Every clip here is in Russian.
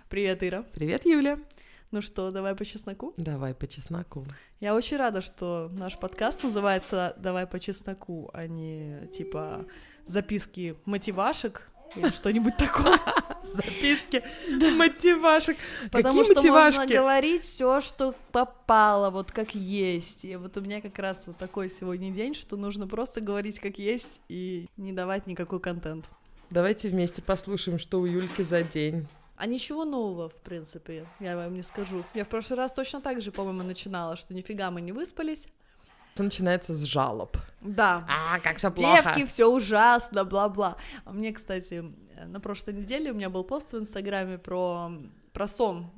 Привет, Ира. Привет, Юля. Ну что, давай по чесноку? Давай по чесноку. Я очень рада, что наш подкаст называется «Давай по чесноку», а не типа записки мотивашек или что-нибудь такое. Записки мотивашек. Потому Какие что мотивашки? можно говорить все, что попало, вот как есть. И вот у меня как раз вот такой сегодня день, что нужно просто говорить как есть и не давать никакой контент. Давайте вместе послушаем, что у Юльки за день. А ничего нового, в принципе, я вам не скажу. Я в прошлый раз точно так же, по-моему, начинала, что нифига мы не выспались. Все начинается с жалоб. Да. Как все плохо. Девки, все ужасно, бла-бла. А мне, кстати, на прошлой неделе у меня был пост в Инстаграме про сон.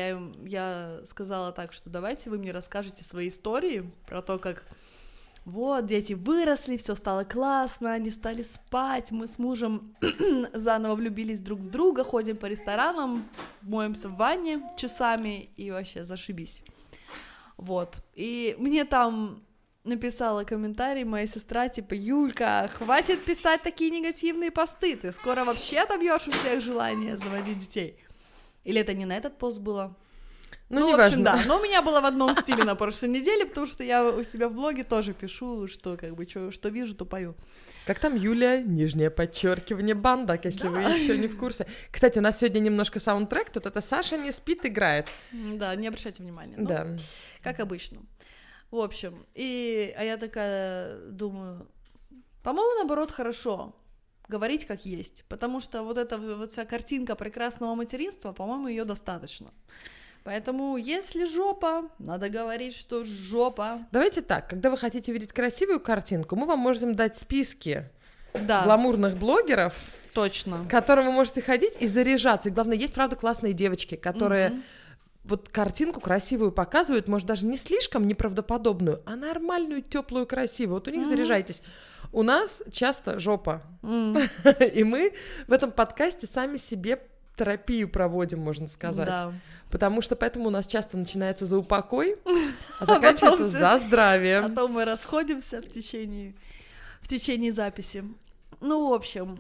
Я сказала так, что давайте вы мне расскажете свои истории про то, как вот, дети выросли, все стало классно, они стали спать, мы с мужем заново влюбились друг в друга, ходим по ресторанам, моемся в ванне часами и вообще зашибись. Вот, и мне там написала комментарий моя сестра, типа, Юлька, хватит писать такие негативные посты, ты скоро вообще отобьешь у всех желание заводить детей. Или это не на этот пост было? Ну, в общем, неважно. да, но у меня было в одном стиле на прошлой неделе, потому что я у себя в блоге тоже пишу, что как бы что вижу, то пою. Как там Юля, нижнее подчеркивание, бандак, если вы еще не в курсе. Кстати, у нас сегодня немножко саундтрек, тут это Саша не спит, играет. Да, не обращайте внимания. Ну, Да. как обычно. В общем, а я такая думаю, по-моему, наоборот, хорошо говорить как есть, потому что вот эта вот вся картинка прекрасного материнства, по-моему, ее достаточно. Поэтому, если жопа, надо говорить, что жопа. Давайте так, когда вы хотите видеть красивую картинку, мы вам можем дать списки Да, гламурных блогеров, точно. к которым вы можете ходить и заряжаться. И главное, есть, правда, классные девочки, которые вот картинку красивую показывают, может, даже не слишком неправдоподобную, а нормальную, теплую, красивую. Вот у них заряжайтесь. У нас часто жопа. И мы в этом подкасте сами себе терапию проводим, можно сказать. Да. Потому что поэтому у нас часто начинается за упокой, а заканчивается за здравие. А то мы расходимся в течение записи. Ну, в общем,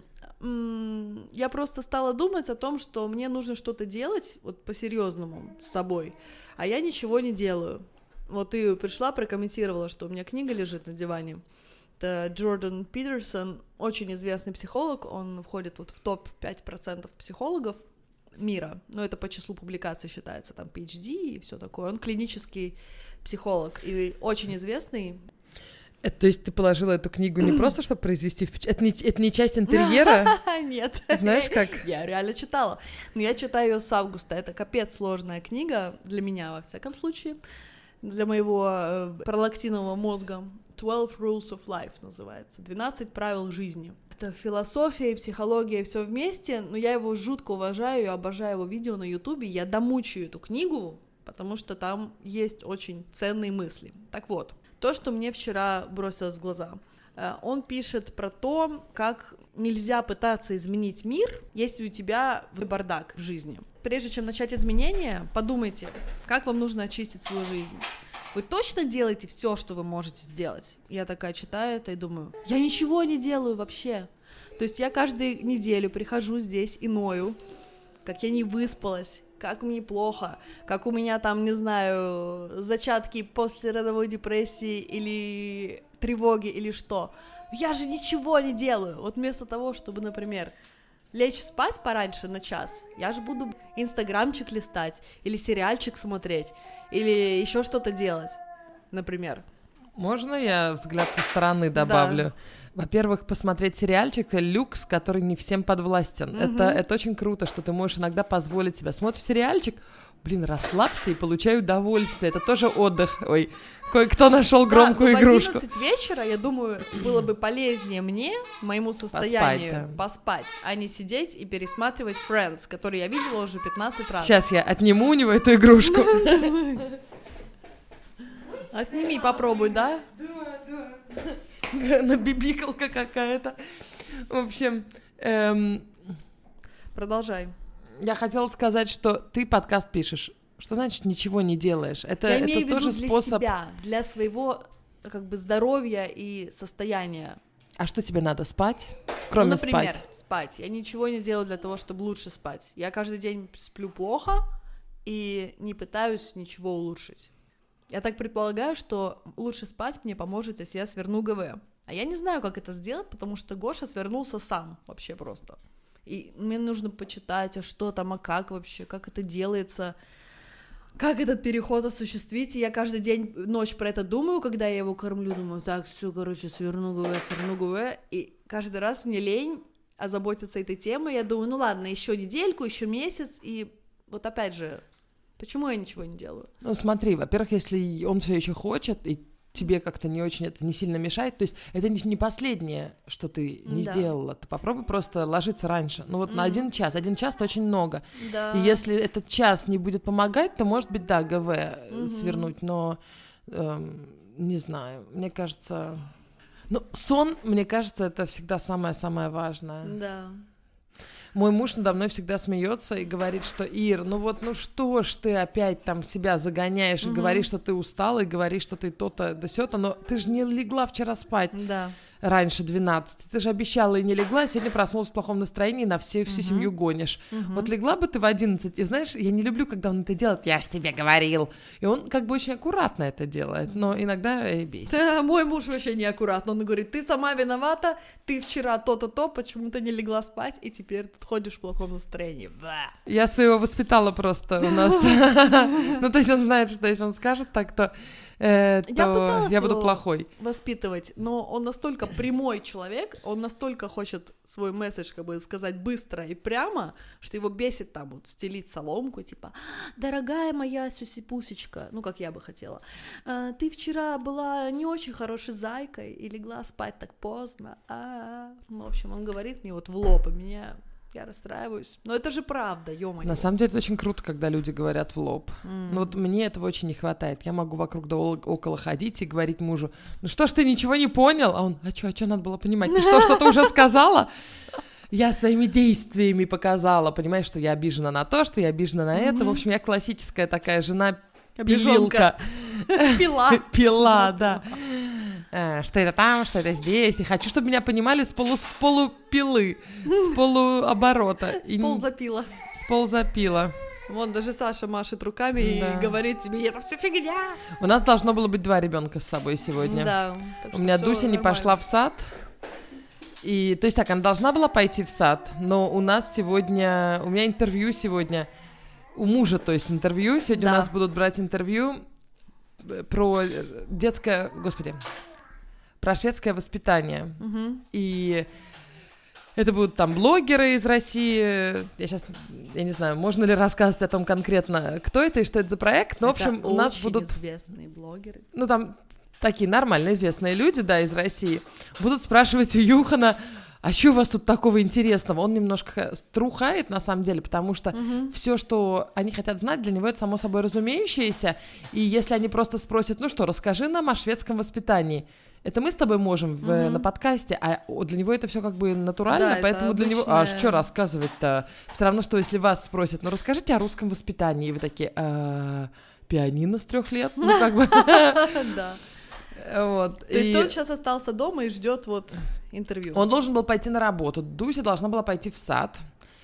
я просто стала думать о том, что мне нужно что-то делать, вот по-серьезному, с собой, а я ничего не делаю. Вот ты пришла, прокомментировала, что у меня книга лежит на диване. Это Джордан Питерсон, очень известный психолог, он входит вот в топ-5% психологов мира, но это по числу публикаций считается, там, PhD и все такое. Он клинический психолог и очень известный. То есть ты положила эту книгу не просто, чтобы произвести впечатление? Это не часть интерьера? Нет. Знаешь как? Я реально читала. Но я читаю ее с августа. Это капец сложная книга для меня, во всяком случае. Для моего пролактинового мозга. 12 Rules of Life называется. 12 правил жизни. Это философия и психология, все вместе. Но я его жутко уважаю, я обожаю его видео на Ютубе. Я домучаю эту книгу, потому что там есть очень ценные мысли. Так вот. То, что мне вчера бросилось в глаза. Он пишет про то, как нельзя пытаться изменить мир, если у тебя бардак в жизни. Прежде чем начать изменения, подумайте, как вам нужно очистить свою жизнь. Вы точно делаете все, что вы можете сделать? Я такая читаю это и думаю, я ничего не делаю вообще. То есть я каждую неделю прихожу здесь и ною, как я не выспалась, как мне плохо, как у меня там, не знаю, зачатки послеродовой депрессии или тревоги или что. Я же ничего не делаю. Вот вместо того, чтобы, например, лечь спать пораньше на час, я же буду инстаграмчик листать или сериальчик смотреть или еще что-то делать, например. Можно я взгляд со стороны добавлю? Да. Во-первых, посмотреть сериальчик «Люкс», который не всем подвластен. Это очень круто, что ты можешь иногда позволить себе. Смотришь сериальчик, расслабься и получай удовольствие. Это тоже отдых. Ой, кое-кто нашел громкую игрушку. В 11 вечера, я думаю, было бы полезнее мне, моему состоянию, поспать, а не сидеть и пересматривать Friends, который я видела уже 15 раз. Сейчас я отниму у него эту игрушку. Отними, попробуй, да? Да. Набибикалка какая-то. В общем... Продолжай. Я хотела сказать, что ты подкаст пишешь. Что значит ничего не делаешь? Я имею в виду тоже для способ... себя, для своего как бы здоровья и состояния. А что тебе надо, спать? Кроме например, спать. Я ничего не делаю для того, чтобы лучше спать. Я каждый день сплю плохо и не пытаюсь ничего улучшить. Я так предполагаю, что лучше спать мне поможет, если я сверну ГВ. А я не знаю, как это сделать, потому что Гоша свернулся сам вообще просто. И мне нужно почитать, а что там, а как вообще, как это делается, как этот переход осуществить. И я каждый день, ночь про это думаю, когда я его кормлю, думаю, так, все, короче, сверну ГВ. И каждый раз мне лень озаботиться этой темой. Я думаю, ну ладно, еще недельку, еще месяц. И вот опять же, почему я ничего не делаю? Ну смотри, во-первых, если он все еще хочет, и тебе как-то не очень это не сильно мешает, то есть это не последнее, что ты не сделала. Ты попробуй просто ложиться раньше. Ну вот на 1 час. 1 час — это очень много. Да. И если этот час не будет помогать, то, может быть, да, ГВ свернуть, но не знаю, мне кажется... Ну, сон, мне кажется, это всегда самое-самое важное. Да. Мой муж надо мной всегда смеется и говорит, что Ир, ну что ж ты опять там себя загоняешь и говоришь, что ты устала, и говоришь, что ты то-то, да сё-то, но ты же не легла вчера спать. Да. Раньше 12. Ты же обещала и не легла, сегодня проснулась в плохом настроении и на всю семью гонишь. Вот легла бы ты в 11, и знаешь, я не люблю, когда он это делает, я ж тебе говорил. И он как бы очень аккуратно это делает, но иногда бесит. Мой муж вообще неаккуратно, он говорит, ты сама виновата, ты вчера то-то-то, почему ты не легла спать, и теперь тут ходишь в плохом настроении. Я своего воспитала просто у нас. Ну, то есть он знает, что если он скажет так, то я буду плохой. Воспитывать, но он настолько прямой человек, он настолько хочет свой месседж как бы сказать быстро и прямо, что его бесит там вот стелить соломку, типа, дорогая моя сюси-пусечка, ну, как я бы хотела, ты вчера была не очень хорошей зайкой и легла спать так поздно, Ну, в общем, он говорит мне вот в лоб, и я расстраиваюсь. Но это же правда, ё-моё. На самом деле это очень круто, когда люди говорят в лоб. Но вот мне этого очень не хватает. Я могу вокруг да около ходить и говорить мужу, ну что ж ты ничего не понял? А он, а чё надо было понимать? Ты что-то уже сказала? Я своими действиями показала, понимаешь, что я обижена на то, что я обижена на это. В общем, я классическая такая жена-пилилка. Пила, да. Что это там, что это здесь. И хочу, чтобы меня понимали с полупилы, с полуоборота. С ползапила. Вон даже Саша машет руками и говорит тебе, это все фигня. У нас должно было быть 2 ребенка с собой сегодня. Да. У меня Дуся не пошла в сад. И, то есть так, она должна была пойти в сад, но у нас сегодня, у меня интервью сегодня, у мужа, то есть интервью. Сегодня у нас будут брать интервью про детское, про шведское воспитание. И это будут там блогеры из России. Я не знаю, можно ли рассказывать о том конкретно, кто это и что это за проект. Но, в общем, у нас будут... известные блогеры. Ну, там такие нормально известные люди, да, из России. Будут спрашивать у Юхана, а что у вас тут такого интересного? Он немножко струхает, на самом деле, потому что все, что они хотят знать, для него это само собой разумеющееся. И если они просто спросят, ну что, расскажи нам о шведском воспитании. Это мы с тобой можем на подкасте, а для него это все как бы натурально, да, поэтому для него... А что рассказывать-то? Все равно, что если вас спросят, ну расскажите о русском воспитании, и вы такие, пианино с 3 лет? Ну как бы... Да. Вот. То есть он сейчас остался дома и ждет вот интервью. Он должен был пойти на работу. Дуся должна была пойти в сад.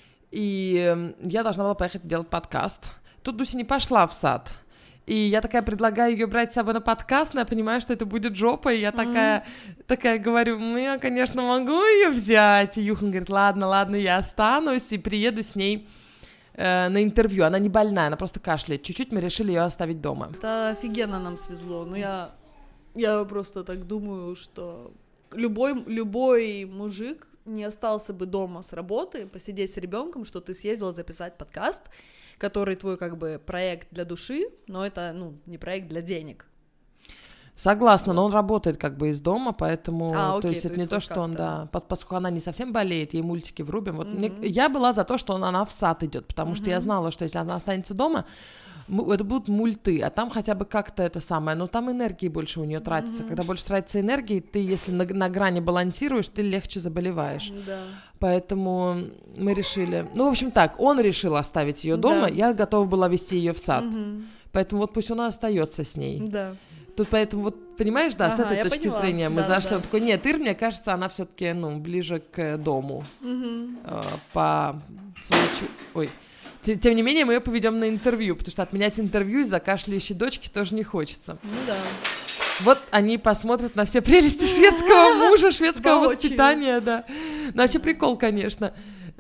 И я должна была поехать делать подкаст. Тут Дуся не пошла в сад. И я такая предлагаю ее брать с собой на подкаст, но я понимаю, что это будет жопа, и я такая говорю, ну, я, конечно, могу ее взять. И Юхан говорит, ладно, я останусь и приеду с ней на интервью. Она не больная, она просто кашляет чуть-чуть, мы решили ее оставить дома. Это офигенно нам свезло, но я просто так думаю, что любой мужик не остался бы дома с работы, посидеть с ребенком, что ты съездила записать подкаст, который твой как бы проект для души, но это, не проект для денег. Согласна, но он работает как бы из дома, поэтому, окей, то есть это не то, что он, поскольку она не совсем болеет, ей мультики врубим. Вот я была за то, что она в сад идет, потому что я знала, что если она останется дома, это будут мульты, а там хотя бы как-то это самое, но там энергии больше у нее тратится. Когда больше тратится энергии, ты, если на грани балансируешь, ты легче заболеваешь. Да. Поэтому мы решили... Ну, в общем так, он решил оставить ее дома, я готова была вести ее в сад. Поэтому вот пусть он остается с ней. Да. Тут поэтому, вот, понимаешь, да, с этой точки зрения мы зашли. Он такой, нет, Ир, мне кажется, она все-таки, ближе к дому. По случаю... Ой. Тем не менее, мы ее поведем на интервью, потому что отменять интервью из-за кашляющей дочки тоже не хочется. Ну да. Вот они посмотрят на все прелести шведского мужа, шведского воспитания, да. Ну, вообще прикол, конечно.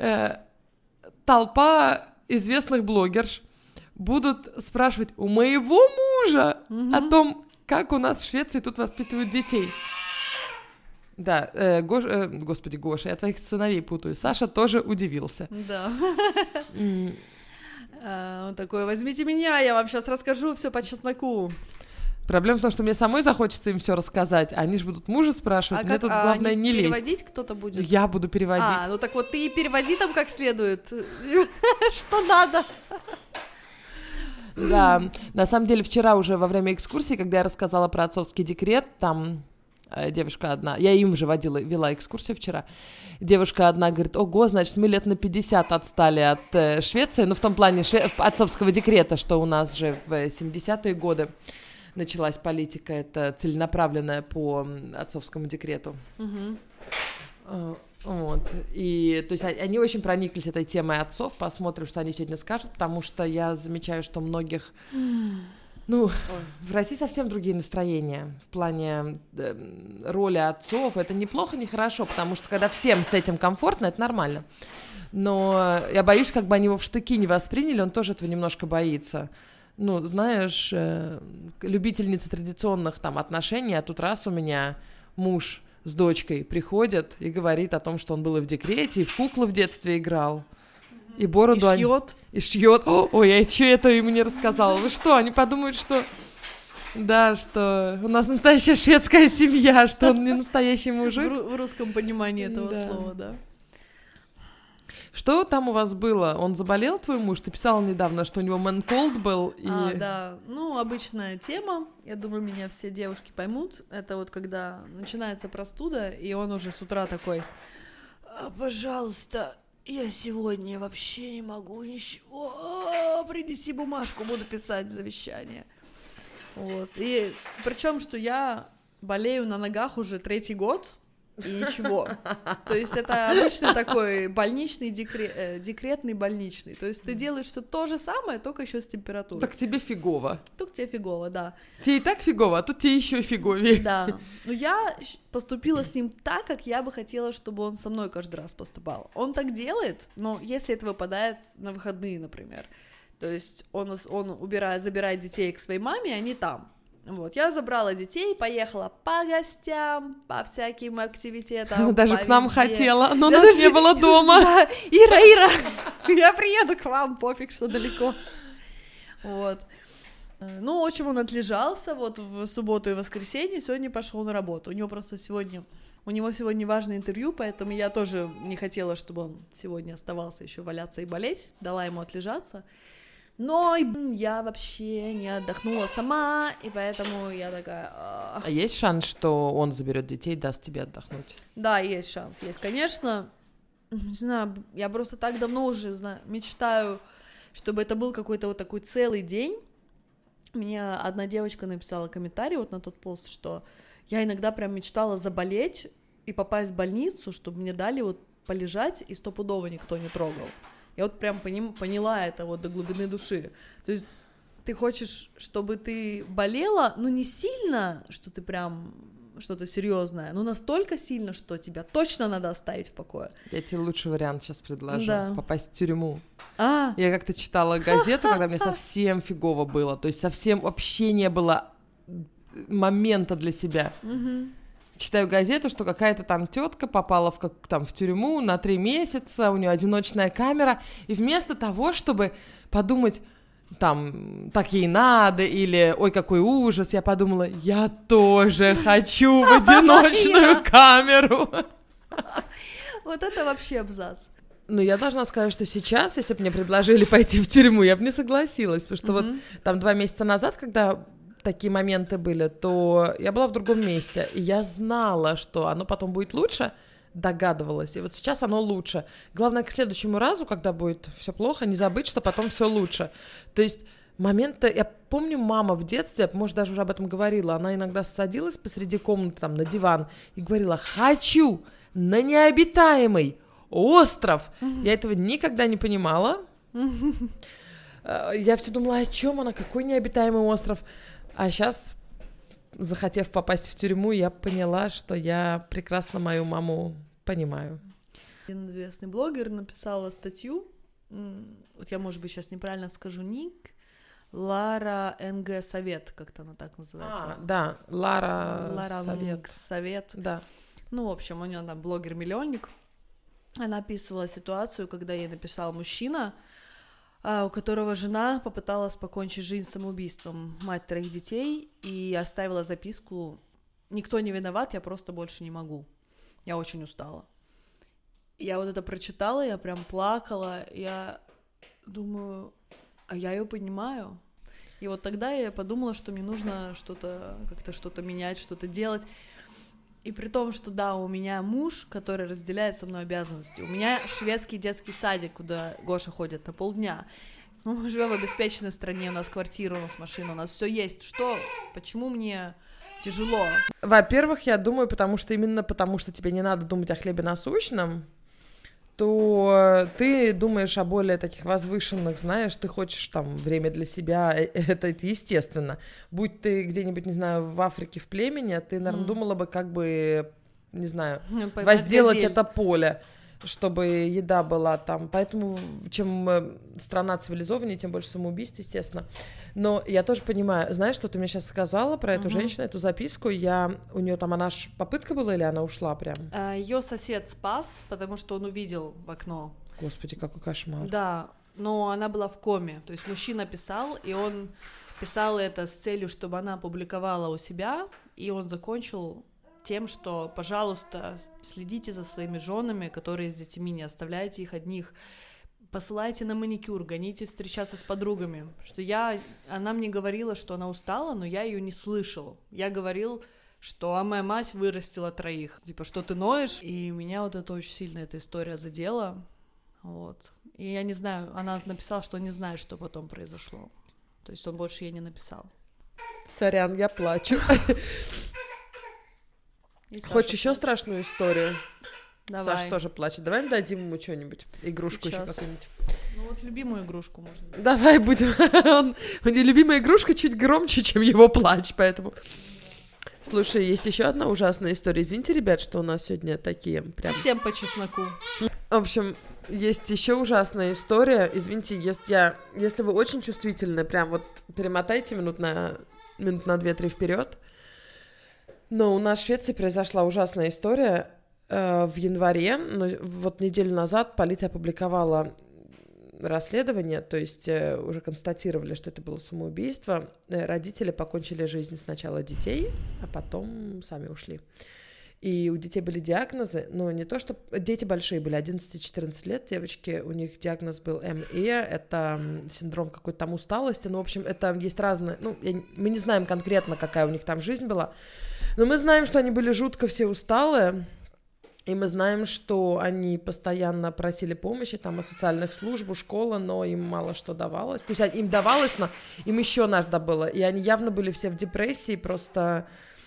Толпа известных блогерш будут спрашивать у моего мужа о том, как у нас в Швеции тут воспитывают детей. Да, господи, Гоша, я твоих сыновей путаю. Саша тоже удивился. Да. Он такой, возьмите меня, я вам сейчас расскажу все по чесноку. Проблема в том, что мне самой захочется им все рассказать, а они же будут мужа спрашивать, мне тут главное не лезть. Переводить кто-то будет? Я буду переводить. Ну так вот ты переводи там как следует, что надо. Да, на самом деле вчера уже во время экскурсии, когда я рассказала про отцовский декрет, там девушка одна, я им же вела экскурсию вчера, девушка одна говорит, ого, значит, мы лет на 50 отстали от Швеции, в том плане отцовского декрета, что у нас же в 70-е годы началась политика, это целенаправленная по отцовскому декрету. Вот. И, то есть, они очень прониклись этой темой отцов, посмотрим, что они сегодня скажут, потому что я замечаю, что многих... в России совсем другие настроения в плане роли отцов. Это неплохо, не хорошо, потому что когда всем с этим комфортно, это нормально. Но я боюсь, как бы они его в штыки не восприняли, он тоже этого немножко боится. Знаешь, любительница традиционных там отношений, а тут раз у меня муж с дочкой приходит и говорит о том, что он был и в декрете, и в куклы в детстве играл. И бороду... И шьет. Ой, я что это ему не рассказала? Вы что, они подумают, что... Да, что у нас настоящая шведская семья, что он не настоящий мужик. В русском понимании этого слова, да. Что там у вас было? Он заболел, твой муж? Ты писала недавно, что у него man-cold был. Да. Обычная тема. Я думаю, меня все девушки поймут. Это вот когда начинается простуда, и он уже с утра такой: пожалуйста, я сегодня вообще не могу ничего. Принеси бумажку, буду писать завещание. Вот. И причем, что я болею на ногах уже 3-й год, и ничего. То есть это обычный такой больничный, декретный больничный. То есть ты делаешь все то же самое, только еще с температурой. Так тебе фигово. Только тебе фигово, да. Тебе и так фигово, а тут тебе еще фиговее. Да. Но я поступила с ним так, как я бы хотела, чтобы он со мной каждый раз поступал. Он так делает, но если это выпадает на выходные, например. То есть он забирает детей к своей маме, они там. Вот, я забрала детей, поехала по гостям, по всяким активитетам. Она даже к нам хотела, но нас не было дома. Да, Ира, я приеду к вам, пофиг, что далеко. Вот. В общем, он отлежался вот в субботу и воскресенье, сегодня пошел на работу. У него сегодня важное интервью, поэтому я тоже не хотела, чтобы он сегодня оставался еще валяться и болеть, дала ему отлежаться. Но я вообще не отдохнула сама, и поэтому я такая... А есть шанс, что он заберет детей и даст тебе отдохнуть? Да, есть шанс, есть. Конечно, не знаю, я просто так давно уже мечтаю, чтобы это был какой-то вот такой целый день. Мне одна девочка написала комментарий вот на тот пост, что я иногда прям мечтала заболеть и попасть в больницу, чтобы мне дали вот полежать, и стопудово никто не трогал. Я вот прям поняла это вот до глубины души. То есть ты хочешь, чтобы ты болела, но не сильно, что ты прям что-то серьезное, но настолько сильно, что тебя точно надо оставить в покое. Я тебе лучший вариант сейчас предложу. Да. Попасть в тюрьму. Я как-то читала газету, когда мне совсем фигово было. То есть совсем вообще не было момента для себя. Читаю газету, что какая-то там тетка попала в тюрьму на 3 месяца, у нее одиночная камера, и вместо того, чтобы подумать, там, так ей надо, или ой, какой ужас, я подумала, я тоже хочу в одиночную камеру. Вот это вообще абзац. Я должна сказать, что сейчас, если бы мне предложили пойти в тюрьму, я бы не согласилась, потому что вот там 2 месяца назад, когда такие моменты были, то я была в другом месте, и я знала, что оно потом будет лучше, догадывалась, и вот сейчас оно лучше. Главное, к следующему разу, когда будет все плохо, не забыть, что потом все лучше. То есть моменты... Я помню, мама в детстве, может, даже уже об этом говорила, она иногда садилась посреди комнаты там на диван и говорила: «Хочу на необитаемый остров». Я этого никогда не понимала. Я все думала, о чем она, какой необитаемый остров. А сейчас, захотев попасть в тюрьму, я поняла, что я прекрасно мою маму понимаю. Один известный блогер написала статью, вот я, может быть, сейчас неправильно скажу ник, Лара НГ Совет, как-то она так называется. Да, Лара Совет. Совет. Да. Ну, в общем, у нее там блогер-миллионник. Она описывала ситуацию, когда ей написал мужчина, у которого жена попыталась покончить жизнь самоубийством, мать 3 детей, и оставила записку: «Никто не виноват, я просто больше не могу. Я очень устала». Я вот это прочитала, я прям плакала, я думаю, а я ее понимаю. И вот тогда я подумала, что мне нужно как-то что-то менять, что-то делать. И при том, что да, у меня муж, который разделяет со мной обязанности. У меня шведский детский садик, куда Гоша ходит на полдня. Мы живем в обеспеченной стране, у нас квартира, у нас машина, у нас все есть. Почему мне тяжело? Во-первых, я думаю, потому что тебе не надо думать о хлебе насущном, то ты думаешь о более таких возвышенных, знаешь, ты хочешь там время для себя, это естественно. Будь ты где-нибудь, не знаю, в Африке в племени, ты, наверное, думала бы, как бы, не знаю, возделать это поле, чтобы еда была там. Поэтому, чем страна цивилизованнее, тем больше самоубийств, естественно. Но я тоже понимаю, знаешь, что ты мне сейчас сказала про эту женщину, эту записку, у нее там, она ж попытка была или она ушла прям? Ее сосед спас, потому что он увидел в окно. Господи, какой кошмар. Да, но она была в коме, то есть мужчина писал, и он писал это с целью, чтобы она опубликовала у себя, и он закончил тем, что, пожалуйста, следите за своими женами, которые с детьми, не оставляйте их одних, посылайте на маникюр, гоните встречаться с подругами. Она мне говорила, что она устала, но я ее не слышал. Я говорил, что моя мать вырастила 3. Типа, что ты ноешь? И меня вот это очень сильно, эта история задела. Вот. И я не знаю, она написала, что не знает, что потом произошло. То есть он больше ей не написал. Сорян, я плачу. Хочешь еще страшную историю? Давай. Саша тоже плачет. Давай мы дадим ему что-нибудь, игрушку Сейчас. еще какую-нибудь. Ну вот любимую игрушку можно. Давай будем. У него любимая игрушка чуть громче, чем его плач, поэтому... Слушай, есть еще одна ужасная история. Извините, ребят, что у нас сегодня такие прям... Совсем по чесноку. В общем, есть еще ужасная история. Извините, если вы очень чувствительны, прям вот перемотайте минут на 2-3 вперед. Но у нас в Швеции произошла ужасная история. В январе, вот неделю назад, полиция опубликовала расследование, то есть уже констатировали, что это было самоубийство. Родители покончили жизнь сначала детей, а потом сами ушли. И у детей были диагнозы, но не то, что... Дети большие были, 11-14 лет, девочки, у них диагноз был МЕ, это синдром какой-то там усталости, ну, в общем, это есть разные... мы не знаем конкретно, какая у них там жизнь была, но мы знаем, что они были жутко все усталые, и мы знаем, что они постоянно просили помощи, там, у социальных служб, у школы, но им мало что давалось. То есть им давалось, но им еще надо было. И они явно были все в депрессии, просто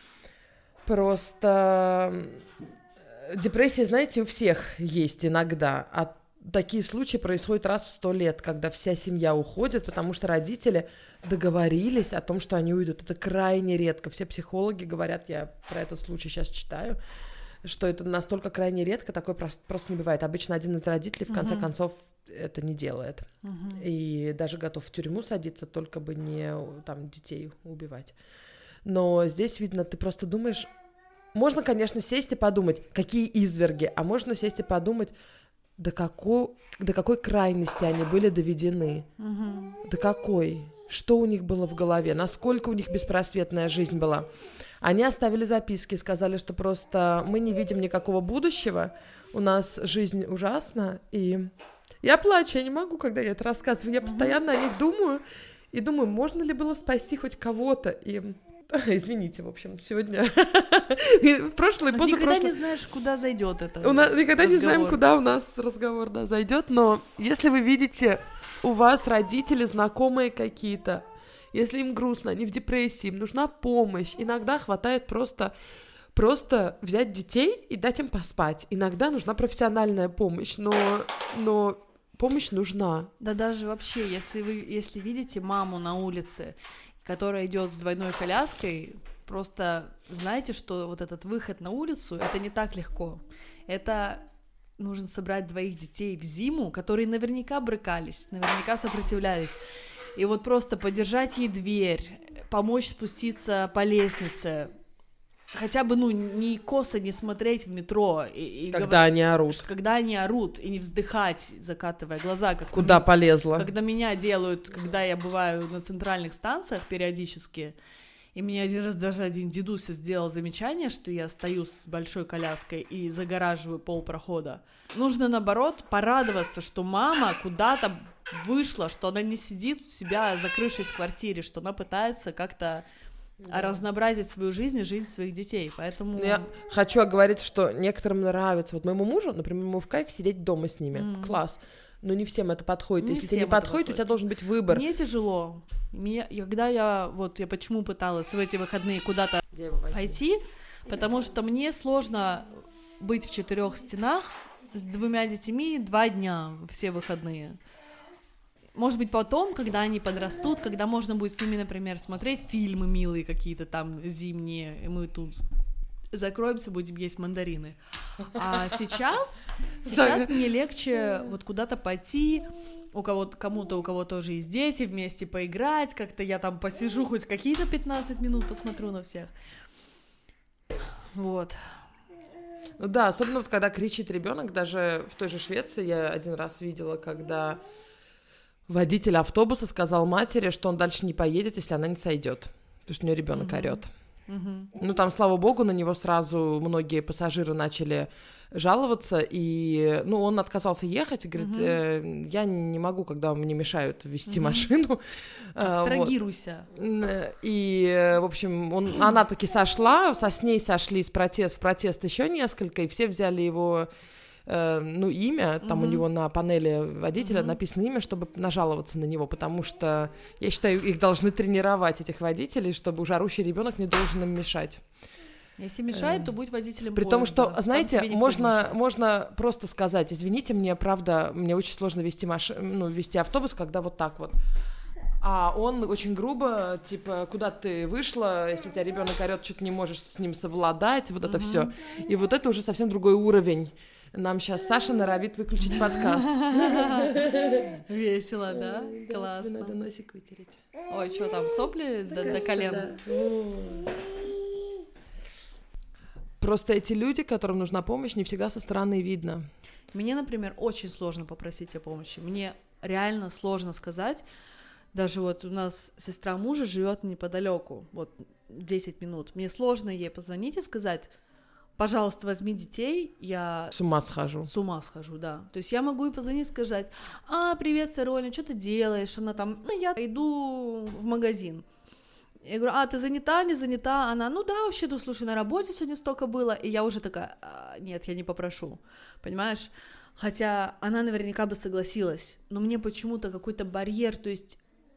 депрессия, знаете, у всех есть иногда. А такие случаи происходят раз в 100 лет, когда вся семья уходит, потому что родители договорились о том, что они уйдут. Это крайне редко. Все психологи говорят, я про этот случай сейчас читаю, что это настолько крайне редко, такое просто не бывает. Обычно один из родителей в конце концов это не делает. И даже готов в тюрьму садиться, только бы не там детей убивать. Но здесь, видно, ты просто думаешь... Можно, конечно, сесть и подумать, какие изверги, а можно сесть и подумать, до какой крайности они были доведены. До какой? Что у них было в голове? Насколько у них беспросветная жизнь была? Они оставили записки, сказали, что просто мы не видим никакого будущего, у нас жизнь ужасна, и я плачу, я не могу, когда я это рассказываю, я постоянно о них думаю, и думаю, можно ли было спасти хоть кого-то, и... Извините, в общем, сегодня... Прошлый, позапрошлый... Никогда не знаешь, куда зайдет это. Никогда не знаем, куда у нас разговор зайдет, но если вы видите у вас родители знакомые какие-то, если им грустно, они в депрессии, им нужна помощь, иногда хватает просто взять детей и дать им поспать. Иногда нужна профессиональная помощь, но помощь нужна. Да даже вообще, если видите маму на улице, которая идет с двойной коляской, просто знайте, что вот этот выход на улицу, это не так легко. Это нужно собрать двоих детей в зиму, которые наверняка брыкались, наверняка сопротивлялись. И вот просто подержать ей дверь, помочь спуститься по лестнице, хотя бы, не косо не смотреть в метро. Когда они орут. Когда они орут, и не вздыхать, закатывая глаза. Куда полезла. Когда меня делают, когда я бываю на центральных станциях периодически, и мне один дедуся сделал замечание, что я стою с большой коляской и загораживаю полпрохода. Нужно, наоборот, порадоваться, что мама куда-то вышла, что она не сидит у себя, закрывшись в квартире, что она пытается как-то разнообразить свою жизнь и жизнь своих детей, поэтому... Я хочу оговориться, что некоторым нравится. Вот моему мужу, например, ему в кайф сидеть дома с ними. Класс. Но не всем это подходит. Если тебе не подходит, у тебя должен быть выбор. Мне тяжело. Когда я почему пыталась в эти выходные куда-то пойти, потому что мне сложно быть в 4 стенах с 2 детьми 2 дня, все выходные. Может быть, потом, когда они подрастут, когда можно будет с ними, например, смотреть фильмы милые какие-то там зимние, и мы тут закроемся, будем есть мандарины. А сейчас мне легче вот куда-то пойти, у кого тоже есть дети, вместе поиграть, как-то я там посижу хоть какие-то 15 минут, посмотрю на всех. Вот. Ну да, особенно вот когда кричит ребенок, даже в той же Швеции я один раз видела, когда водитель автобуса сказал матери, что он дальше не поедет, если она не сойдет, потому что у нее ребенок орет. Ну, там, слава богу, на него сразу многие пассажиры начали жаловаться, и, он отказался ехать и говорит, я не могу, когда мне мешают вести машину. Абстрагируйся. Вот. И, в общем, она таки сошла, с ней сошли в протест еще несколько, и все взяли его... имя, там у него на панели водителя написано имя, чтобы нажаловаться на него, потому что, я считаю, их должны тренировать, этих водителей, чтобы уже орущий ребенок не должен им мешать. Если мешает, то будь водителем При поезда. том, что, знаете, можно просто сказать, извините, мне очень сложно вести автобус, когда вот так вот. А он очень грубо, типа, куда ты вышла, если у тебя ребенок орет, что-то не можешь с ним совладать, вот это все. И вот это уже совсем другой уровень. Нам сейчас Саша норовит выключить подкаст. Весело, да? Классно. Надо носик вытереть. Ой, что там, сопли до колен? Просто эти люди, которым нужна помощь, не всегда со стороны видно. Мне, например, очень сложно попросить о помощи. Мне реально сложно сказать. Даже вот у нас сестра мужа живет неподалеку, 10 минут. Мне сложно ей позвонить и сказать: пожалуйста, возьми детей, я... С ума схожу. С ума схожу, да. То есть я могу ей позвонить и сказать: привет, Сароня, что ты делаешь? Она там: я иду в магазин. Я говорю: ты занята, не занята? Она: да, вообще-то, слушай, на работе сегодня столько было. И я уже такая: нет, я не попрошу, понимаешь? Хотя она наверняка бы согласилась, но мне почему-то какой-то барьер, то есть...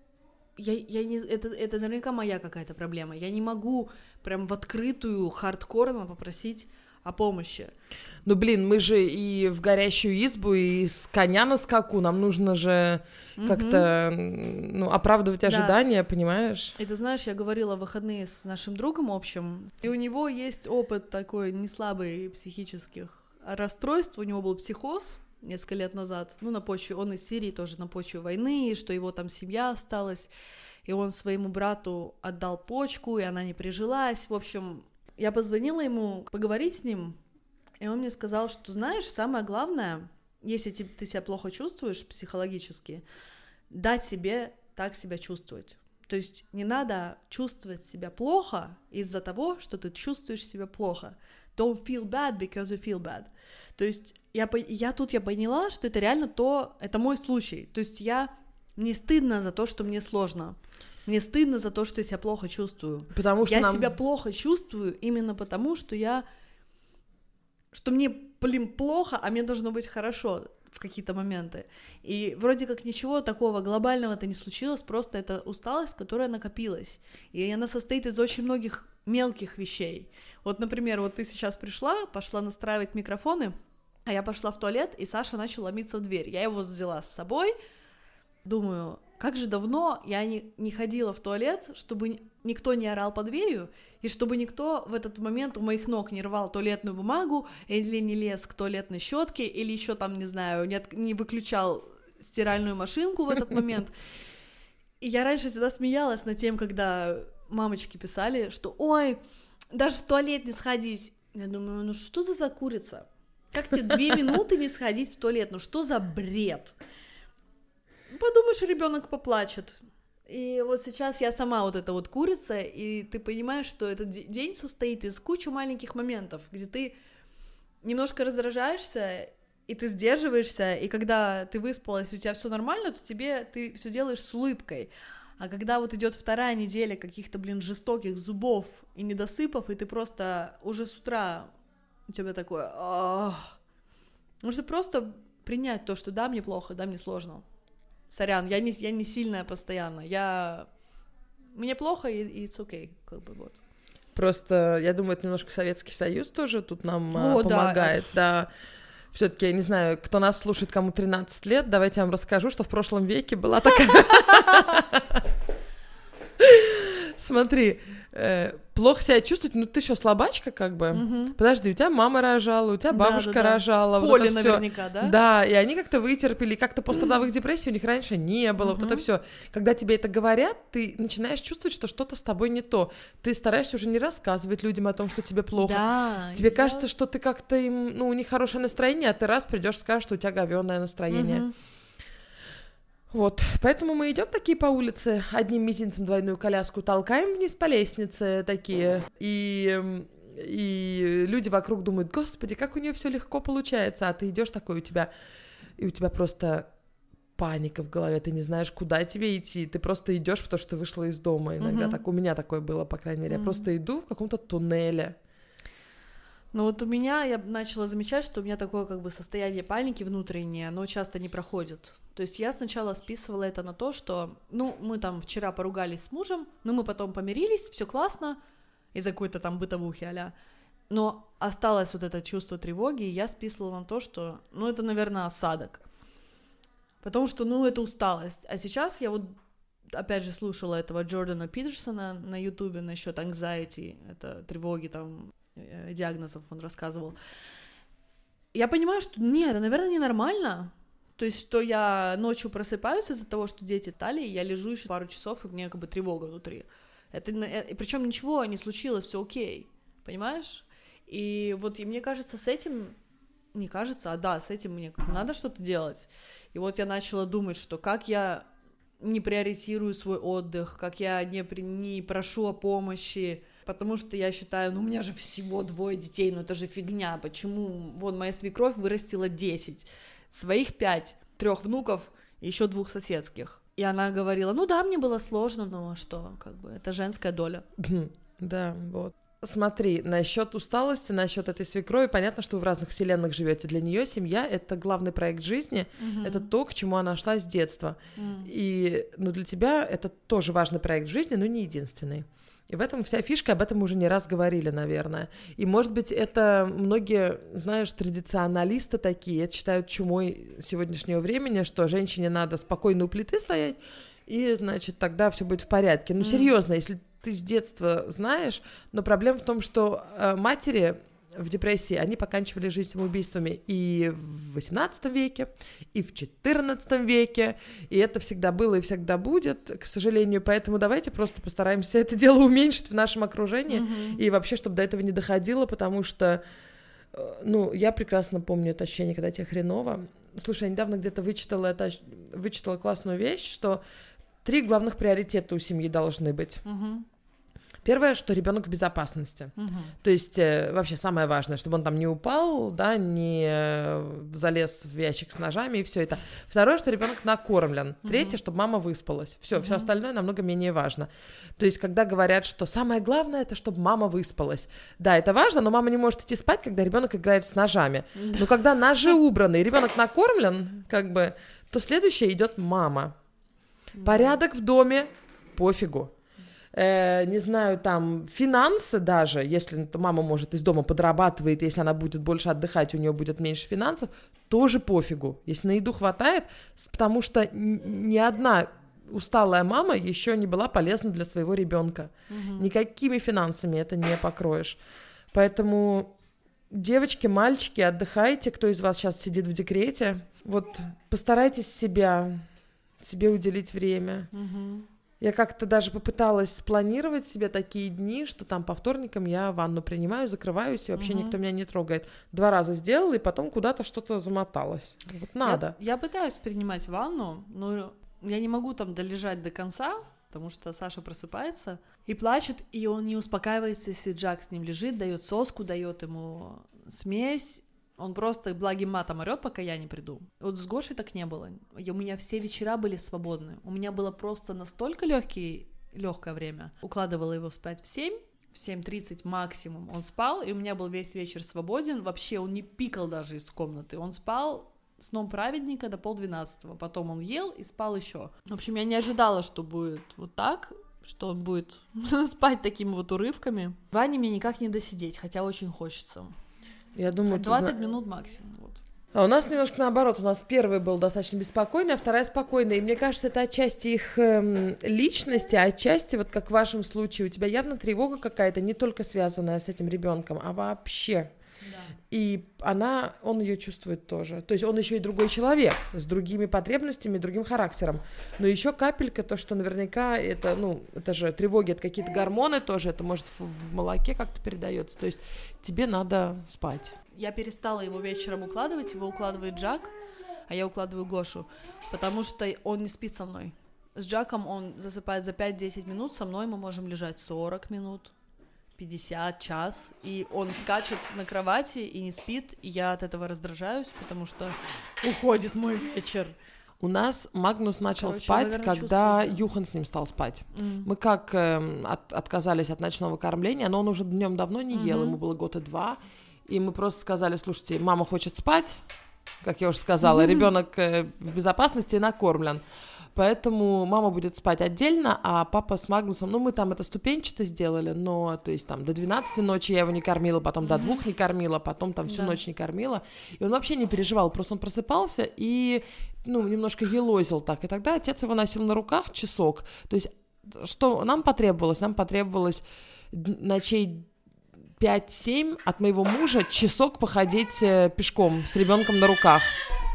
Это наверняка моя какая-то проблема. Я не могу прям в открытую, хардкорно попросить о помощи. Мы же и в горящую избу, и с коня на скаку. Нам нужно же как-то оправдывать ожидания, понимаешь? И ты знаешь, я говорила в выходные с нашим другом общим, и у него есть опыт такой неслабый психических расстройств. У него был психоз несколько лет назад, на почве, он из Сирии тоже на почве войны, что его там семья осталась, и он своему брату отдал почку, и она не прижилась. В общем, я позвонила ему поговорить с ним, и он мне сказал, что, знаешь, самое главное, если ты себя плохо чувствуешь психологически, дать себе так себя чувствовать. То есть не надо чувствовать себя плохо из-за того, что ты чувствуешь себя плохо. Don't feel bad because you feel bad. То есть я поняла, что это реально это мой случай. То есть мне стыдно за то, что мне сложно. Мне стыдно за то, что я себя плохо чувствую. Потому что я себя плохо чувствую именно потому, что мне плохо, а мне должно быть хорошо в какие-то моменты. И вроде как ничего такого глобального-то не случилось, просто это усталость, которая накопилась. И она состоит из очень многих мелких вещей. Вот, например, вот ты сейчас пошла настраивать микрофоны, а я пошла в туалет, и Саша начал ломиться в дверь. Я его взяла с собой, думаю, как же давно я не ходила в туалет, чтобы никто не орал под дверью, и чтобы никто в этот момент у моих ног не рвал туалетную бумагу, или не лез к туалетной щетке, или еще там, не знаю, не выключал стиральную машинку в этот момент. И я раньше всегда смеялась над тем, когда мамочки писали, что «Ой, даже в туалет не сходить». Я думаю, ну что за курица? Как тебе 2 минуты не сходить в туалет? Ну что за бред? Подумаешь, ребенок поплачет. И вот сейчас я сама вот эта вот курица, и ты понимаешь, что этот день состоит из кучи маленьких моментов, где ты немножко раздражаешься, и ты сдерживаешься, и когда ты выспалась, у тебя все нормально, то ты все делаешь с улыбкой. А когда вот идет 2-я неделя каких-то, жестоких зубов и недосыпов, и ты просто уже с утра у тебя такое... Нужно просто принять то, что да, мне плохо, да, мне сложно. Сорян, я не сильная постоянно. Мне плохо, и it's okay, как бы вот. Просто, я думаю, это немножко Советский Союз тоже тут нам помогает, да. Все-таки, я не знаю, кто нас слушает, кому 13 лет, давайте я вам расскажу, что в прошлом веке была такая... Смотри, плохо себя чувствовать, ну ты что, слабачка как бы? Подожди, у тебя мама рожала, у тебя бабушка рожала. В поле наверняка, да? Да, и они как-то вытерпели, как-то пострадовых депрессий у них раньше не было, вот это все. Когда тебе это говорят, ты начинаешь чувствовать, что что-то с тобой не то. Ты стараешься уже не рассказывать людям о том, что тебе плохо. Да, тебе кажется, что ты как-то им, у них хорошее настроение, а ты раз придешь и скажешь, что у тебя говёное настроение. Вот, поэтому мы идем такие по улице, одним мизинцем двойную коляску толкаем вниз по лестнице такие, и люди вокруг думают, господи, как у нее все легко получается, а ты идешь такой, у тебя просто паника в голове, ты не знаешь, куда тебе идти, ты просто идешь, потому что ты вышла из дома иногда, так у меня такое было, по крайней мере, я просто иду в каком-то туннеле. Но вот я начала замечать, что у меня такое как бы состояние паники внутреннее, оно часто не проходит. То есть я сначала списывала это на то, что, мы там вчера поругались с мужем, но мы потом помирились, все классно, из-за какой-то там бытовухи а-ля. Но осталось вот это чувство тревоги, и я списывала на то, что, это, наверное, осадок. Потому что, это усталость. А сейчас я вот, опять же, слушала этого Джордана Питерсона на Ютубе насчет anxiety, это тревоги там, диагнозов он рассказывал. Я понимаю, что нет, это, наверное, ненормально. То есть, что я ночью просыпаюсь из-за того, что дети стали, и я лежу еще пару часов, и у меня как бы тревога внутри. И причем ничего не случилось, все окей, понимаешь? И вот и мне кажется, с этим с этим мне надо что-то делать. И вот я начала думать, что как я не приоритирую свой отдых, как я не прошу о помощи, потому что я считаю, у меня же всего 2 детей, это же фигня, почему? Вон, моя свекровь вырастила 10, своих 5, 3 внуков и еще 2 соседских. И она говорила, да, мне было сложно, но что, как бы, это женская доля. Да, вот. Смотри, насчет усталости, насчет этой свекрови, понятно, что вы в разных вселенных живете. Для нее семья — это главный проект жизни, это то, к чему она шла с детства. И, для тебя это тоже важный проект в жизни, но не единственный. И в этом вся фишка, об этом мы уже не раз говорили, наверное. И, может быть, это многие, знаешь, традиционалисты такие, считают чумой сегодняшнего времени, что женщине надо спокойно у плиты стоять, и, значит, тогда все будет в порядке. Серьезно, если ты с детства знаешь, но проблема в том, что матери в депрессии, они поканчивали жизнь самоубийствами и в 18 веке, и в 14 веке, и это всегда было и всегда будет, к сожалению, поэтому давайте просто постараемся это дело уменьшить в нашем окружении, и вообще, чтобы до этого не доходило, потому что, я прекрасно помню это ощущение, когда тебе хреново. Слушай, я недавно где-то вычитала классную вещь, что 3 главных приоритета у семьи должны быть. Первое, что ребенок в безопасности. То есть вообще самое важное, чтобы он там не упал, да, не залез в ящик с ножами и все это. Второе, что ребенок накормлен. Третье, чтобы мама выспалась. Все остальное намного менее важно. То есть когда говорят, что самое главное, это чтобы мама выспалась. Да, это важно, но мама не может идти спать, когда ребенок играет с ножами. Но когда ножи убраны и ребенок накормлен, как бы, то следующее идет мама. Порядок в доме, пофигу. Не знаю, там, финансы даже, если мама, может, из дома подрабатывает, если она будет больше отдыхать, у нее будет меньше финансов, тоже пофигу, если на еду хватает, потому что ни одна усталая мама еще не была полезна для своего ребенка. Никакими финансами это не покроешь. Поэтому, девочки, мальчики, отдыхайте, кто из вас сейчас сидит в декрете, вот постарайтесь себе уделить время. Я как-то даже попыталась спланировать себе такие дни, что там по вторникам я ванну принимаю, закрываюсь, и вообще никто меня не трогает. 2 раза сделала, и потом куда-то что-то замоталось. Вот надо. Я пытаюсь принимать ванну, но я не могу там долежать до конца, потому что Саша просыпается и плачет, и он не успокаивается, если Джак с ним лежит, дает соску, дает ему смесь. Он просто благим матом орёт, пока я не приду. Вот с Гошей так не было. У меня все вечера были свободны. У меня было просто настолько легкое время. Укладывала его спать в 7:30 максимум. Он спал, и у меня был весь вечер свободен. Вообще он не пикал даже из комнаты. Он спал сном праведника до 11:30. Потом он ел и спал еще. В общем, я не ожидала, что будет вот так, что он будет спать такими вот урывками. В ванне мне никак не досидеть, хотя очень хочется. Я думаю, 20 минут максимум. Вот. А у нас немножко наоборот. У нас первый был достаточно беспокойный, а вторая спокойная. И мне кажется, это отчасти их личности, а отчасти, вот как в вашем случае, у тебя явно тревога какая-то, не только связанная с этим ребенком, а вообще. Да. И он ее чувствует тоже. То есть он еще и другой человек, с другими потребностями, другим характером. Но еще капелька, то, что наверняка это же тревоги, это какие-то гормоны тоже, это может в молоке как-то передается. То есть тебе надо спать. Я перестала его вечером укладывать, его укладывает Джак, а я укладываю Гошу, потому что он не спит со мной. С Джаком он засыпает за 5-10 минут, со мной мы можем лежать 40 минут. 50, час, и он скачет на кровати и не спит, и я от этого раздражаюсь, потому что уходит мой вечер. У нас Магнус начал спать, наверное, когда Юхан с ним стал спать. Мы как отказались от ночного кормления, но он уже днем давно не ел, ему было 2 года, и мы просто сказали: слушайте, мама хочет спать, как я уже сказала, ребенок в безопасности и накормлен. Поэтому мама будет спать отдельно, а папа с Магнусом, мы там это ступенчато сделали, но, то есть там до 12 ночи я его не кормила, потом до 2 не кормила, потом там всю ночь не кормила, и он вообще не переживал, просто он просыпался и, немножко елозил так, и тогда отец его носил на руках часок, то есть что нам потребовалось? Нам потребовалось ночей 5-7 от моего мужа часок походить пешком с ребенком на руках.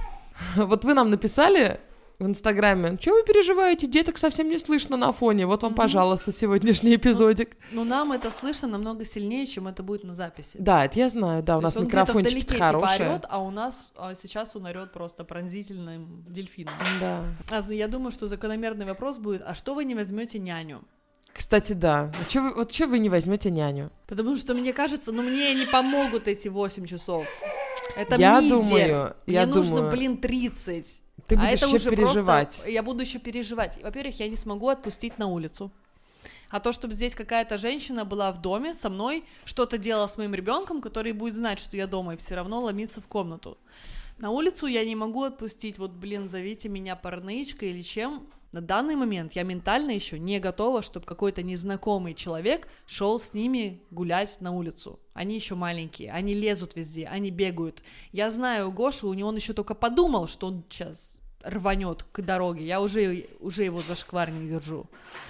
Вот вы нам написали в Инстаграме: чего вы переживаете, деток совсем не слышно на фоне, вот вам, пожалуйста, сегодняшний эпизодик. Нам это слышно намного сильнее, чем это будет на записи. Да, это я знаю, да, у нас микрофончик хороший. Орёт, а сейчас он орёт просто пронзительным дельфином. Да. Я думаю, что закономерный вопрос будет: а что вы не возьмете няню? Кстати, да. Чего вы не возьмете няню? Потому что мне кажется, мне не помогут эти 8 часов. Это я мизер. Думаю, мне нужно, 30. Ты будешь еще переживать. Я буду еще переживать. Во-первых, я не смогу отпустить на улицу. А то, чтобы здесь какая-то женщина была в доме со мной, что-то делала с моим ребенком, который будет знать, что я дома, и все равно ломиться в комнату. На улицу я не могу отпустить, зовите меня параноичкой или чем. На данный момент я ментально еще не готова, чтобы какой-то незнакомый человек шел с ними гулять на улицу. Они еще маленькие, они лезут везде, они бегают. Я знаю Гошу, он еще только подумал, что он сейчас рванет к дороге. Я уже его за шквар не держу.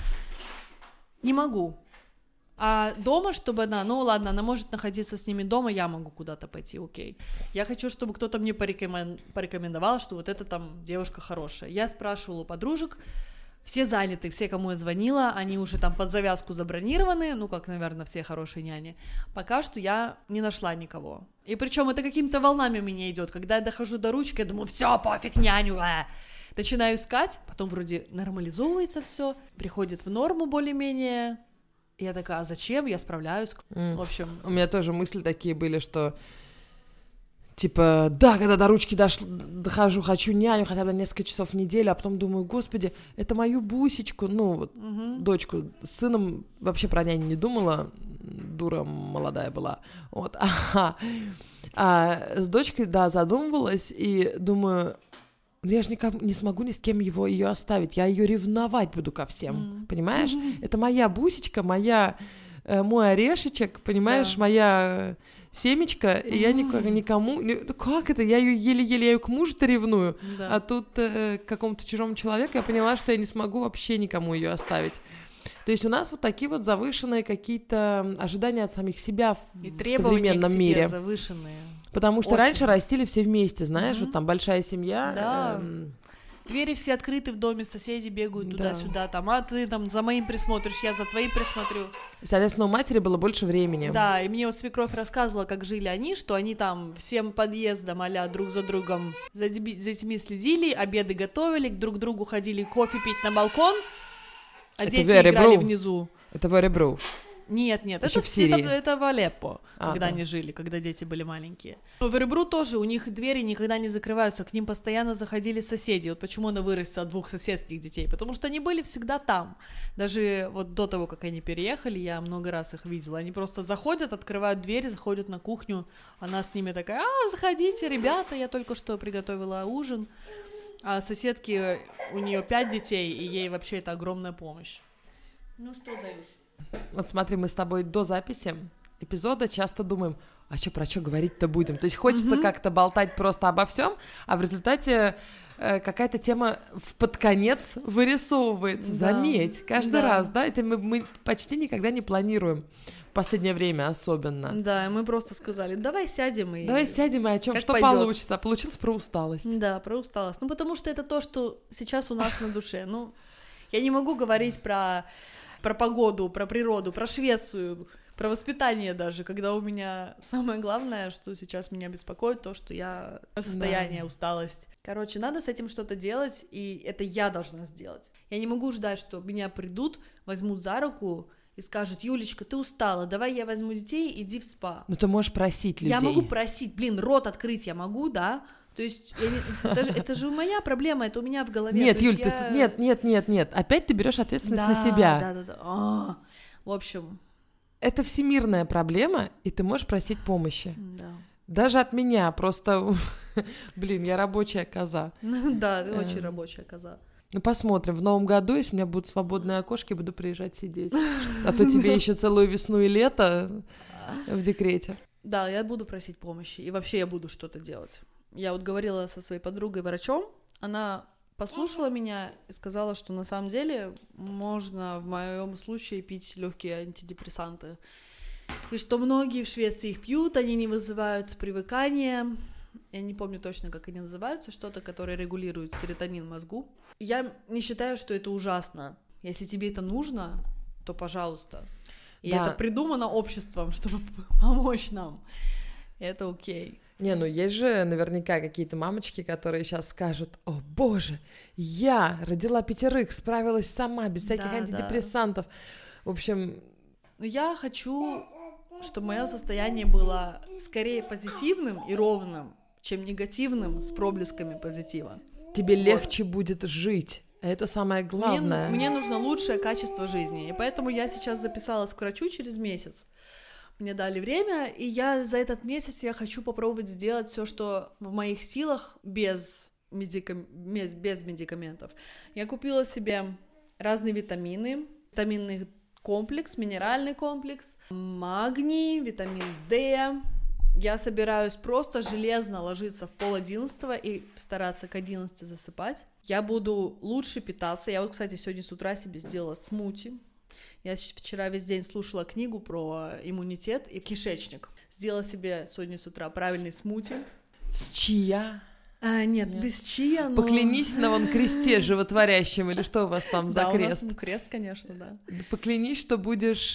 Не могу. А дома, чтобы она может находиться с ними дома, я могу куда-то пойти, окей. Я хочу, чтобы кто-то мне порекомендовал, что вот эта там девушка хорошая. Я спрашивала у подружек, все заняты, все, кому я звонила, они уже там под завязку забронированы, как, наверное, все хорошие няни. Пока что я не нашла никого. И причем это какими-то волнами у меня идет. Когда я дохожу до ручки, я думаю: все, пофиг, няню, Начинаю искать, потом вроде нормализовывается все, приходит в норму более-менее. И я такая, а зачем? Я справляюсь. В общем... У меня тоже мысли такие были, что типа, да, когда до ручки дохожу, хочу няню хотя бы на несколько часов в неделю, а потом думаю, господи, это мою Бусечку, ну, вот, дочку. С сыном вообще про няню не думала, дура молодая была, вот. А с дочкой, да, задумывалась, и думаю, я же никак не смогу ни с кем ее оставить, я ее ревновать буду ко всем, понимаешь? Это моя Бусечка, мой орешечек, понимаешь, моя... семечка, и я никому... Как это? Я ее еле-еле, я ее к мужу-то ревную, а тут к какому-то чужому человеку я поняла, что я не смогу вообще никому ее оставить. То есть у нас вот такие вот завышенные какие-то ожидания от самих себя в современном мире. Завышенные. Потому что раньше растили все вместе, знаешь, вот там большая семья... Да. Двери все открыты в доме, соседи бегают туда-сюда, там, а ты там за моим присмотришь, я за твоим присмотрю. Соответственно, у матери было больше времени. Да, и мне вот свекровь рассказывала, как жили они, что они там всем подъездом а-ля друг за другом за детьми следили, обеды готовили, друг к другу ходили кофе пить на балкон, а это дети играли внизу. Это в Эребру. Нет, это в Алеппо, когда они жили, когда дети были маленькие. Но в Эребру тоже у них двери никогда не закрываются, к ним постоянно заходили соседи. Вот почему она вырастила от 2 соседских детей, потому что они были всегда там. Даже вот до того, как они переехали, я много раз их видела. Они просто заходят, открывают дверь, заходят на кухню, она с ними такая, заходите, ребята, я только что приготовила ужин. А соседки, у нее 5 детей, и ей вообще это огромная помощь. Ну что, Заюш? Вот смотри, мы с тобой до записи эпизода часто думаем, про что говорить-то будем? То есть хочется как-то болтать просто обо всем, а в результате какая-то тема под конец вырисовывается. Да. Заметь, каждый раз, да? Это мы почти никогда не планируем. В последнее время особенно. Да, мы просто сказали, давай сядем и о чем, что пойдёт. Получится. А получилось про усталость. Да, про усталость. Ну, потому что это то, что сейчас у нас на душе. Ну, я не могу говорить про погоду, про природу, про Швецию, про воспитание даже, когда у меня самое главное, что сейчас меня беспокоит, то, что я состояние, усталость. Короче, надо с этим что-то делать, и это я должна сделать. Я не могу ждать, что меня придут, возьмут за руку и скажут, Юлечка, ты устала, давай я возьму детей, иди в спа. Ну, ты можешь просить людей. Я могу просить, рот открыть я могу, да? То есть, это же моя проблема, это у меня в голове. Нет, Юль, нет. Опять ты берешь ответственность на себя. Да. В общем. Это всемирная проблема, и ты можешь просить помощи. Да. Даже от меня, просто, я рабочая коза. Да, ты очень рабочая коза. Ну, посмотрим, в новом году, если у меня будут свободные окошки, буду приезжать сидеть. А то тебе еще целую весну и лето в декрете. Да, я буду просить помощи, и вообще я буду что-то делать. Я вот говорила со своей подругой-врачом, она послушала меня и сказала, что на самом деле можно в моем случае пить легкие антидепрессанты, и что многие в Швеции их пьют, они не вызывают привыкания, я не помню точно, как они называются, что-то, которое регулирует серотонин в мозгу. Я не считаю, что это ужасно. Если тебе это нужно, то пожалуйста. И это придумано обществом, чтобы помочь нам. Это окей. Не, есть же наверняка какие-то мамочки, которые сейчас скажут, о боже, я родила 5, справилась сама, без всяких антидепрессантов. В общем... Я хочу, чтобы мое состояние было скорее позитивным и ровным, чем негативным с проблесками позитива. Тебе легче будет жить. Это самое главное. Мне нужно лучшее качество жизни, и поэтому я сейчас записалась к врачу через месяц. Мне дали время, и я за этот месяц я хочу попробовать сделать все, что в моих силах без медикаментов. Я купила себе разные витамины, витаминный комплекс, минеральный комплекс, магний, витамин D. Я собираюсь просто железно ложиться в 10:30 и стараться к 11 засыпать. Я буду лучше питаться. Я вот, кстати, сегодня с утра себе сделала смути. Я вчера весь день слушала книгу про иммунитет и кишечник. Сделала себе сегодня с утра правильный смути. С чиа? Нет, без чиа, но... Поклянись на кресте животворящем, или что у вас там за крест? Да, у нас крест, конечно, да. Поклянись, что будешь,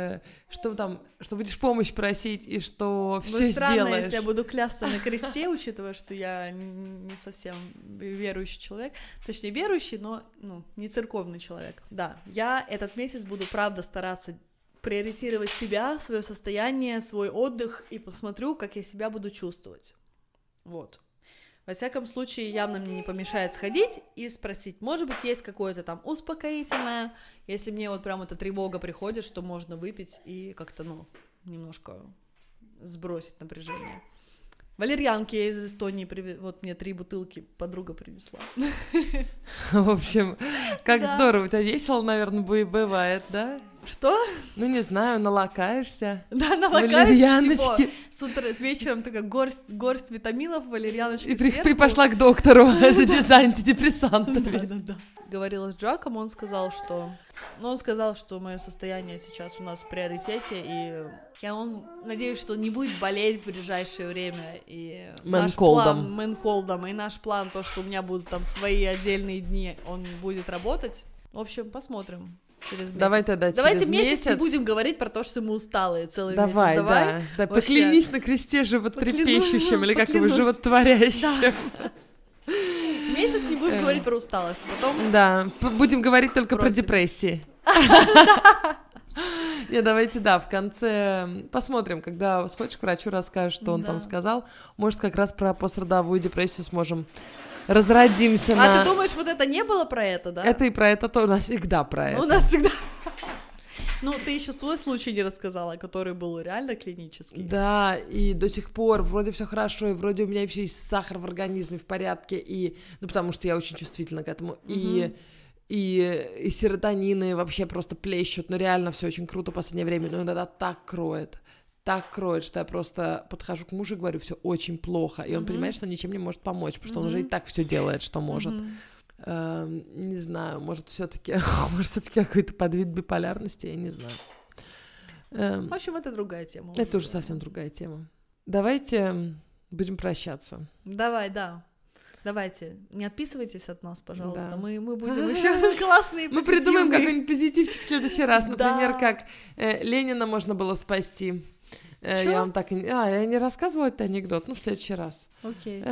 что будешь помощь просить, и что все сделаешь. Странно, если я буду клясться на кресте, учитывая, что я не совсем верующий человек. Точнее, верующий, но не церковный человек. Да, я этот месяц буду, правда, стараться приоритизировать себя, свое состояние, свой отдых и посмотрю, как я себя буду чувствовать. Вот. Во всяком случае, явно мне не помешает сходить и спросить, может быть, есть какое-то там успокоительное, если мне вот прям эта тревога приходит, что можно выпить и как-то, немножко сбросить напряжение. Валерьянки я из Эстонии вот мне 3 бутылки подруга принесла. В общем, как здорово, у тебя весело, наверное, бывает, да? Что? Ну, не знаю, налакаешься. Да, налакаешься всего. С утра, с вечером такая горсть витаминов, валерьяночки и сверху. И пошла к доктору за антидепрессантами. Да. Говорила с Джаком, он сказал, что мое состояние сейчас у нас в приоритете, и он надеюсь, что не будет болеть в ближайшее время. И мэн-колдом. И наш план, то, что у меня будут там свои отдельные дни, он будет работать. В общем, посмотрим. Через месяц. Давайте месяц не будем говорить про то, что мы усталые целый месяц. Давай. Да, поклянись на кресте животрепещущим, или как его, животворящим. Месяц не будем говорить про усталость, потом... Да, будем говорить только про депрессии. Не, давайте, в конце посмотрим, когда сходишь к врачу, расскажешь, что он там сказал. Может, как раз про пострадовую депрессию сможем... Разродимся ты думаешь, вот это не было про это, да? Это и про это тоже, у нас всегда про это. У нас всегда... ты еще свой случай не рассказала, который был реально клинический. Да, и до сих пор вроде все хорошо, и вроде у меня еще есть сахар в организме в порядке, и, потому что я очень чувствительна к этому, и серотонины вообще просто плещут, реально все очень круто в последнее время, но иногда так кроет, что я просто подхожу к мужу и говорю, все очень плохо, и он понимает, что ничем не может помочь, потому что он уже и так все делает, что может. Не знаю, может все-таки какой-то подвид биполярности, я не знаю. В общем, это другая тема. Это уже совсем другая тема. Давайте будем прощаться. Давайте, не отписывайтесь от нас, пожалуйста. Да. Мы будем еще классные, Мы придумаем какой-нибудь позитивчик в следующий раз. Например, как Ленина можно было спасти. Я вам так я не рассказывала этот анекдот, в следующий раз. Окей.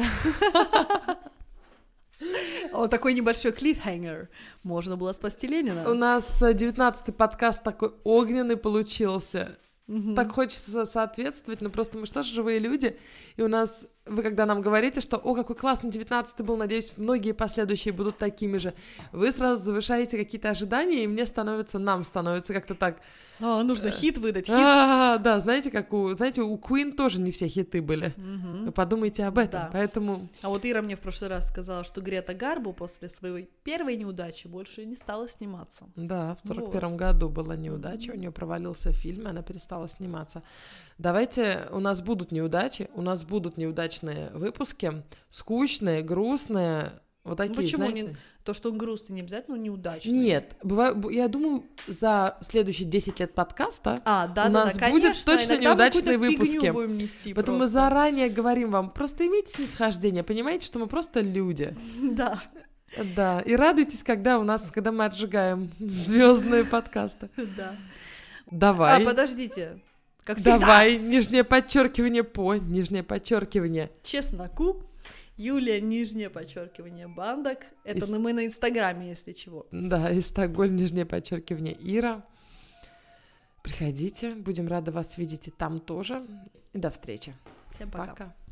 Такой небольшой клиффхенгер. Можно было спасти Ленина. У нас 19-й подкаст такой огненный получился. Так хочется соответствовать, но просто мы что же живые люди, и у нас, вы когда нам говорите, что какой классный 19-й был, надеюсь, многие последующие будут такими же, вы сразу завышаете какие-то ожидания, и нам становится как-то так... нужно хит выдать, хит. Да, знаете, у Queen тоже не все хиты были. Вы подумайте об этом, поэтому... А вот Ира мне в прошлый раз сказала, что Грета Гарбо после своей первой неудачи больше не стала сниматься. Да, в 41-м году была неудача, у нее провалился фильм, и она перестала сниматься. Давайте, у нас будут неудачи, у нас будут неудачные выпуски, скучные, грустные, вот такие, почему знаете? То, что он грустный, не обязательно неудачный. Нет, я думаю, за следующие 10 лет подкаста у нас конечно, будет точно неудачные выпуски. Будем нести Поэтому мы заранее говорим вам, просто имейте снисхождение, понимаете, что мы просто люди. Да. Да, и радуйтесь, когда мы отжигаем звездные подкасты. Да. Давай. Подождите. Как всегда. Давай, нижнее подчеркивание. Чесноку. Юлия, нижнее подчеркивание, Бандок. Это мы на Инстаграме, если чего. Да, и Стокгольм, нижнее подчеркивание, Ира. Приходите, будем рады вас видеть и там тоже. И до встречи. Всем пока. Пока.